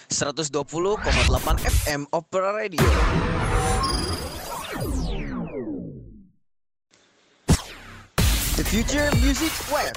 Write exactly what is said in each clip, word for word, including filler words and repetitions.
seratus dua puluh koma delapan F M Opera Radio. The Future Music Web.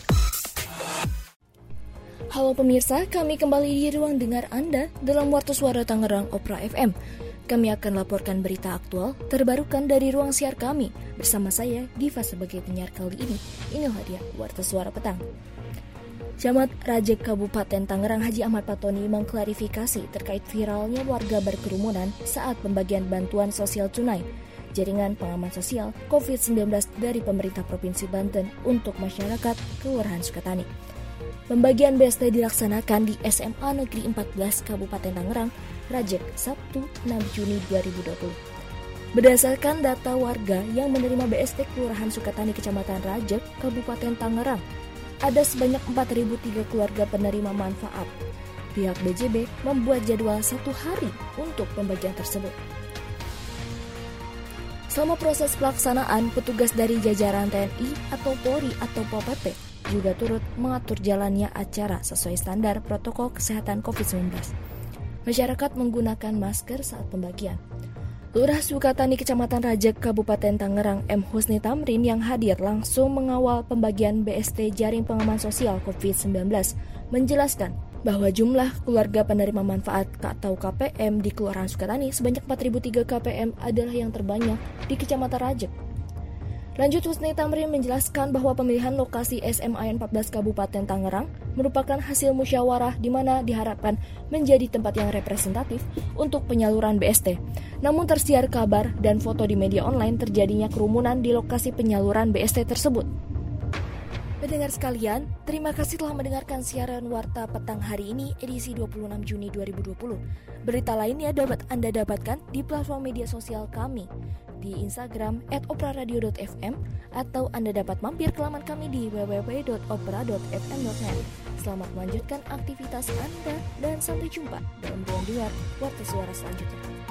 Halo pemirsa, kami kembali di ruang dengar Anda dalam Warta Suara Tangerang Opera F M. Kami akan laporkan berita aktual terbarukan dari ruang siar kami. Bersama saya, Diva sebagai penyiar kali ini. Inilah dia, Warta Suara Petang. Camat Rajek Kabupaten Tangerang Haji Ahmad Patoni mengklarifikasi terkait viralnya warga berkerumunan saat pembagian bantuan sosial tunai jaringan pengaman sosial covid sembilan belas dari pemerintah Provinsi Banten untuk masyarakat Kelurahan Sukatani. Pembagian B S T dilaksanakan di S M A Negeri empat belas Kabupaten Tangerang, Rajek, Sabtu enam Juni dua ribu dua puluh. Berdasarkan data warga yang menerima B S T Kelurahan Sukatani Kecamatan Rajek, Kabupaten Tangerang, ada sebanyak empat ribu tiga keluarga penerima manfaat. Pihak B J B membuat jadwal satu hari untuk pembagian tersebut. Selama proses pelaksanaan, petugas dari jajaran T N I atau Polri atau Pol P P juga turut mengatur jalannya acara sesuai standar protokol kesehatan covid sembilan belas. Masyarakat menggunakan masker saat pembagian. Lurah Sukatani Kecamatan Rajek Kabupaten Tangerang M. Husni Tamrin yang hadir langsung mengawal pembagian B S T jaring pengaman sosial covid sembilan belas menjelaskan bahwa jumlah keluarga penerima manfaat atau K P M di Kelurahan Sukatani sebanyak empat ribu tiga K P M adalah yang terbanyak di Kecamatan Rajek. Lanjut, Husni Tamrin menjelaskan bahwa pemilihan lokasi S M A N empat belas Kabupaten Tangerang merupakan hasil musyawarah di mana diharapkan menjadi tempat yang representatif untuk penyaluran B S T. Namun tersiar kabar dan foto di media online terjadinya kerumunan di lokasi penyaluran B S T tersebut. Pendengar sekalian, terima kasih telah mendengarkan siaran Warta Petang hari ini edisi dua puluh enam Juni dua ribu dua puluh. Berita lainnya dapat Anda dapatkan di platform media sosial kami di Instagram et opera radio dot f m atau Anda dapat mampir ke laman kami di w w w dot opera dot f m dot net. Selamat melanjutkan aktivitas Anda dan sampai jumpa dalam ruang dengar Warta Suara selanjutnya.